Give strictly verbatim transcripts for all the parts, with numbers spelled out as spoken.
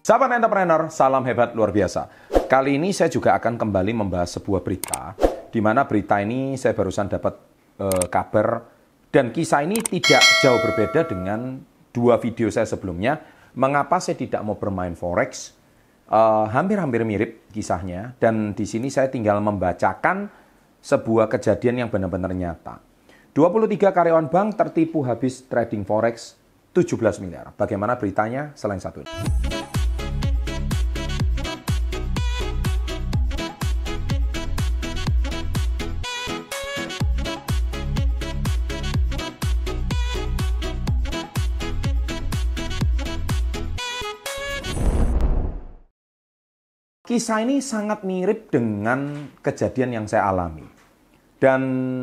Sahabat entrepreneur, salam hebat luar biasa. Kali ini saya juga akan kembali membahas sebuah berita, di mana berita ini saya barusan dapat e, kabar, dan kisah ini tidak jauh berbeda dengan dua video saya sebelumnya. Mengapa saya tidak mau bermain forex? Hampir-hampir e, mirip kisahnya, dan di sini saya tinggal membacakan sebuah kejadian yang benar-benar nyata. dua puluh tiga karyawan bank tertipu habis trading forex tujuh belas miliar. Bagaimana beritanya selain satu ini? Kisah ini sangat mirip dengan kejadian yang saya alami. Dan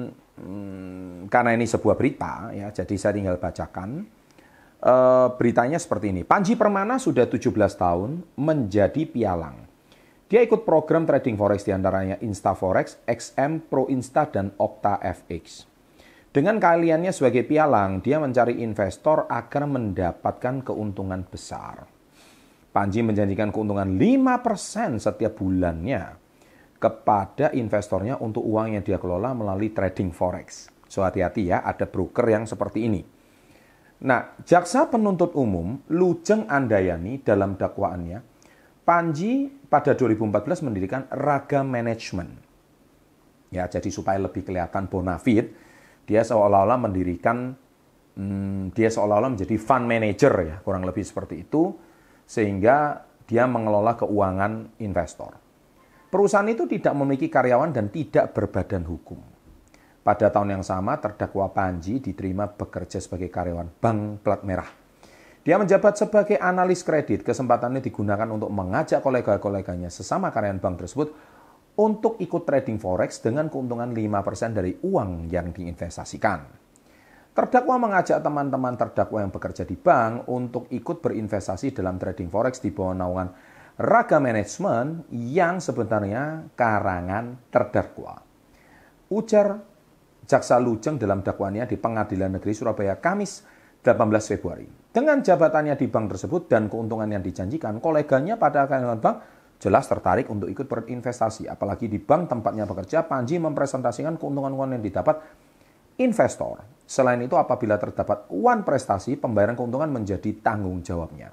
hmm, karena ini sebuah berita, ya, jadi saya tinggal bacakan. E, beritanya seperti ini. Panji Permana sudah tujuh belas tahun menjadi pialang. Dia ikut program trading forex diantaranya InstaForex, X M, ProInsta, dan OctaFX. Dengan keahliannya sebagai pialang, dia mencari investor agar mendapatkan keuntungan besar. Panji menjanjikan keuntungan lima persen setiap bulannya kepada investornya untuk uang yang dia kelola melalui trading forex. So, hati-hati ya, ada broker yang seperti ini. Nah, jaksa penuntut umum Lujeng Andayani dalam dakwaannya, Panji pada dua ribu empat belas mendirikan Raga Management. Ya, jadi supaya lebih kelihatan bonafit, dia seolah-olah mendirikan, hmm, dia seolah-olah menjadi fund manager ya, kurang lebih seperti itu. Sehingga dia mengelola keuangan investor. Perusahaan itu tidak memiliki karyawan dan tidak berbadan hukum. Pada tahun yang sama, terdakwa Panji diterima bekerja sebagai karyawan bank plat merah. Dia menjabat sebagai analis kredit. Kesempatannya digunakan untuk mengajak kolega-koleganya sesama karyawan bank tersebut untuk ikut trading forex dengan keuntungan lima persen dari uang yang diinvestasikan. Terdakwa mengajak teman-teman terdakwa yang bekerja di bank untuk ikut berinvestasi dalam trading forex di bawah naungan Raga Management yang sebenarnya karangan terdakwa. Ujar Jaksa Lujeng dalam dakwaannya di Pengadilan Negeri Surabaya Kamis delapan belas Februari. Dengan jabatannya di bank tersebut dan keuntungan yang dijanjikan, koleganya pada karyawan bank jelas tertarik untuk ikut berinvestasi. Apalagi di bank tempatnya bekerja, Panji mempresentasikan keuntungan-keuntungan yang didapat investor. Selain itu, apabila terdapat uang prestasi, pembayaran keuntungan menjadi tanggung jawabnya.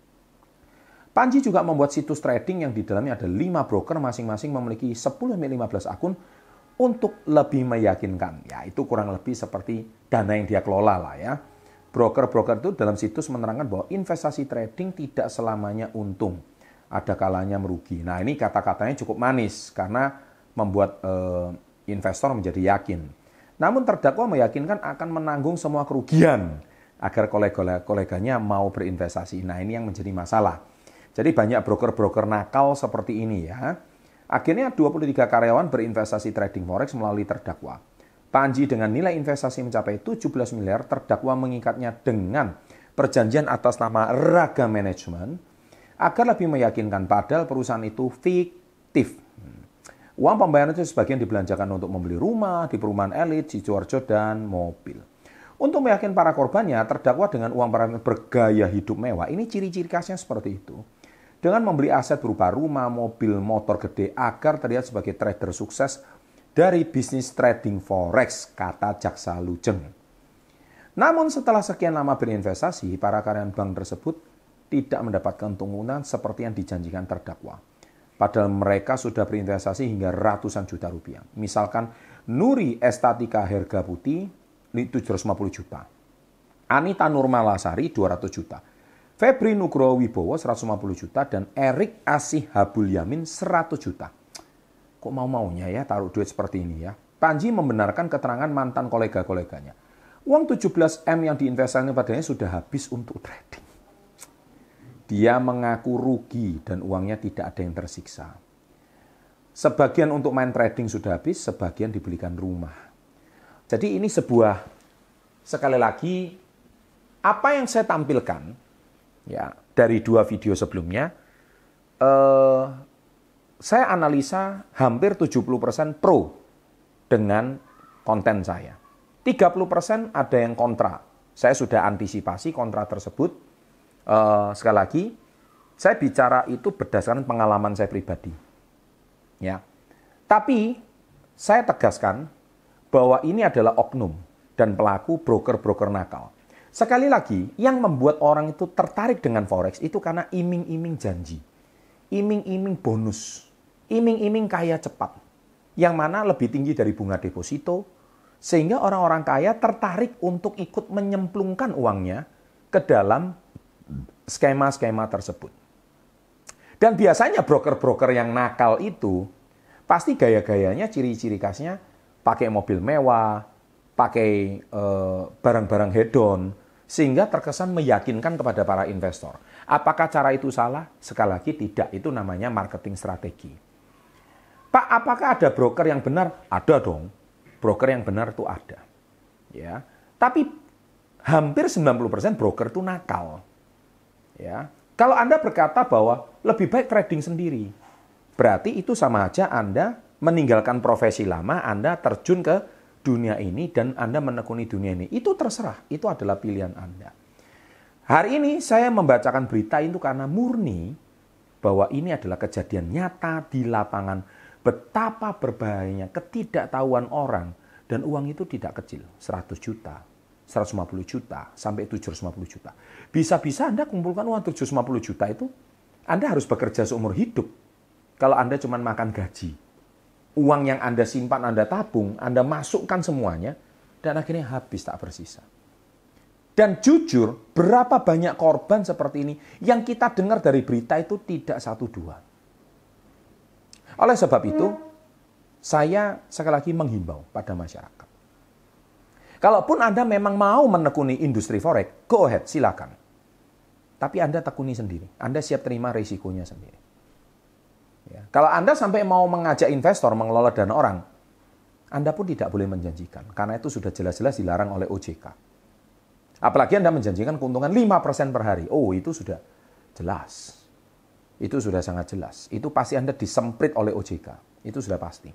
Panji juga membuat situs trading yang di dalamnya ada lima broker, masing-masing memiliki sepuluh sampai lima belas akun untuk lebih meyakinkan. Ya, itu kurang lebih seperti dana yang dia kelola lah ya. Broker-broker itu dalam situs menerangkan bahwa investasi trading tidak selamanya untung. Ada kalanya merugi. Nah, ini kata-katanya cukup manis karena membuat eh, investor menjadi yakin. Namun terdakwa meyakinkan akan menanggung semua kerugian agar kolega-koleganya mau berinvestasi. Nah, ini yang menjadi masalah. Jadi banyak broker-broker nakal seperti ini ya. Akhirnya dua puluh tiga karyawan berinvestasi trading forex melalui terdakwa. Panji dengan nilai investasi mencapai tujuh belas miliar, terdakwa mengikatnya dengan perjanjian atas nama Raga Management agar lebih meyakinkan, padahal perusahaan itu fiktif. Uang pembayaran itu sebagian dibelanjakan untuk membeli rumah di perumahan elit, Sidoarjo, dan mobil. Untuk meyakinkan para korbannya, terdakwa dengan uang para bergaya hidup mewah. Ini ciri-ciri khasnya seperti itu. Dengan membeli aset berupa rumah, mobil, motor gede agar terlihat sebagai trader sukses dari bisnis trading forex, kata Jaksa Lujeng. Namun setelah sekian lama berinvestasi, para karyawan bank tersebut tidak mendapatkan keuntungan seperti yang dijanjikan terdakwa. Padahal mereka sudah berinvestasi hingga ratusan juta rupiah. Misalkan Nuri Estatika Herga Putih tujuh ratus lima puluh juta. Anita Nurmalasari dua ratus juta. Febri Nugroho Wibowo seratus lima puluh juta. Dan Erik Asih Habul Yamin seratus juta. Kok mau-maunya ya taruh duit seperti ini ya. Panji membenarkan keterangan mantan kolega-koleganya. Uang tujuh belas M yang diinvestasikan padanya sudah habis untuk trading. Dia mengaku rugi dan uangnya tidak ada yang tersiksa. Sebagian untuk main trading sudah habis, sebagian dibelikan rumah. Jadi ini sebuah, sekali lagi, apa yang saya tampilkan ya dari dua video sebelumnya, eh, saya analisa hampir tujuh puluh persen pro dengan konten saya. tiga puluh persen ada yang kontra. Saya sudah antisipasi kontra tersebut. Uh, sekali lagi, Saya bicara itu berdasarkan pengalaman saya pribadi. Ya. Tapi saya tegaskan bahwa ini adalah oknum dan pelaku broker-broker nakal. Sekali lagi, yang membuat orang itu tertarik dengan forex itu karena iming-iming janji. Iming-iming bonus. Iming-iming kaya cepat. Yang mana lebih tinggi dari bunga deposito. Sehingga orang-orang kaya tertarik untuk ikut menyemplungkan uangnya ke dalam skema-skema tersebut. Dan biasanya broker-broker yang nakal itu pasti gaya-gayanya, ciri-ciri khasnya pakai mobil mewah, pakai eh, barang-barang hedon, sehingga terkesan meyakinkan kepada para investor. Apakah cara itu salah? Sekali lagi tidak, itu namanya marketing strategi. Pak, apakah ada broker yang benar? Ada dong. Broker yang benar itu ada. Ya. Tapi hampir sembilan puluh persen broker itu nakal. Ya. Kalau Anda berkata bahwa lebih baik trading sendiri, berarti itu sama aja Anda meninggalkan profesi lama, Anda terjun ke dunia ini dan Anda menekuni dunia ini. Itu terserah, itu adalah pilihan Anda. Hari ini saya membacakan berita itu karena murni bahwa ini adalah kejadian nyata di lapangan. Betapa berbahayanya ketidaktahuan orang, dan uang itu tidak kecil, seratus juta. seratus lima puluh juta sampai tujuh ratus lima puluh juta. Bisa-bisa Anda kumpulkan uang tujuh ratus lima puluh juta itu, Anda harus bekerja seumur hidup. Kalau Anda cuma makan gaji. Uang yang Anda simpan, Anda tabung, Anda masukkan semuanya, dan akhirnya habis tak bersisa. Dan jujur, berapa banyak korban seperti ini yang kita dengar dari berita itu tidak satu dua. Oleh sebab itu, saya sekali lagi menghimbau pada masyarakat. Kalaupun Anda memang mau menekuni industri forex, go ahead, silakan. Tapi Anda tekuni sendiri. Anda siap terima risikonya sendiri. Ya. Kalau Anda sampai mau mengajak investor mengelola dana orang, Anda pun tidak boleh menjanjikan. Karena itu sudah jelas-jelas dilarang oleh O J K. Apalagi Anda menjanjikan keuntungan lima persen per hari. Oh, itu sudah jelas. Itu sudah sangat jelas. Itu pasti Anda disemprit oleh O J K. Itu sudah pasti.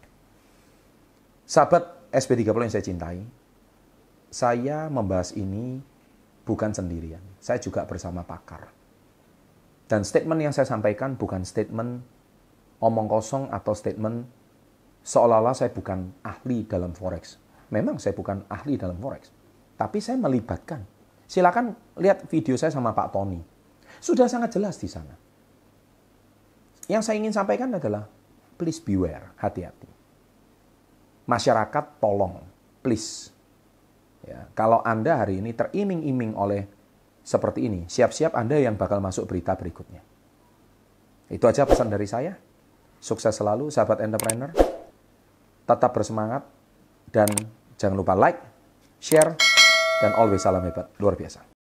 Sahabat S P tiga puluh yang saya cintai, saya membahas ini bukan sendirian. Saya juga bersama pakar. Dan statement yang saya sampaikan bukan statement omong kosong atau statement seolah-olah saya bukan ahli dalam forex. Memang saya bukan ahli dalam forex. Tapi saya melibatkan. Silakan lihat video saya sama Pak Tony. Sudah sangat jelas di sana. Yang saya ingin sampaikan adalah, please beware, hati-hati. Masyarakat tolong, please. Ya, kalau Anda hari ini teriming-iming oleh seperti ini, siap-siap Anda yang bakal masuk berita berikutnya. Itu aja pesan dari saya. Sukses selalu, sahabat entrepreneur. Tetap bersemangat. Dan jangan lupa like, share, dan always salam hebat. Luar biasa.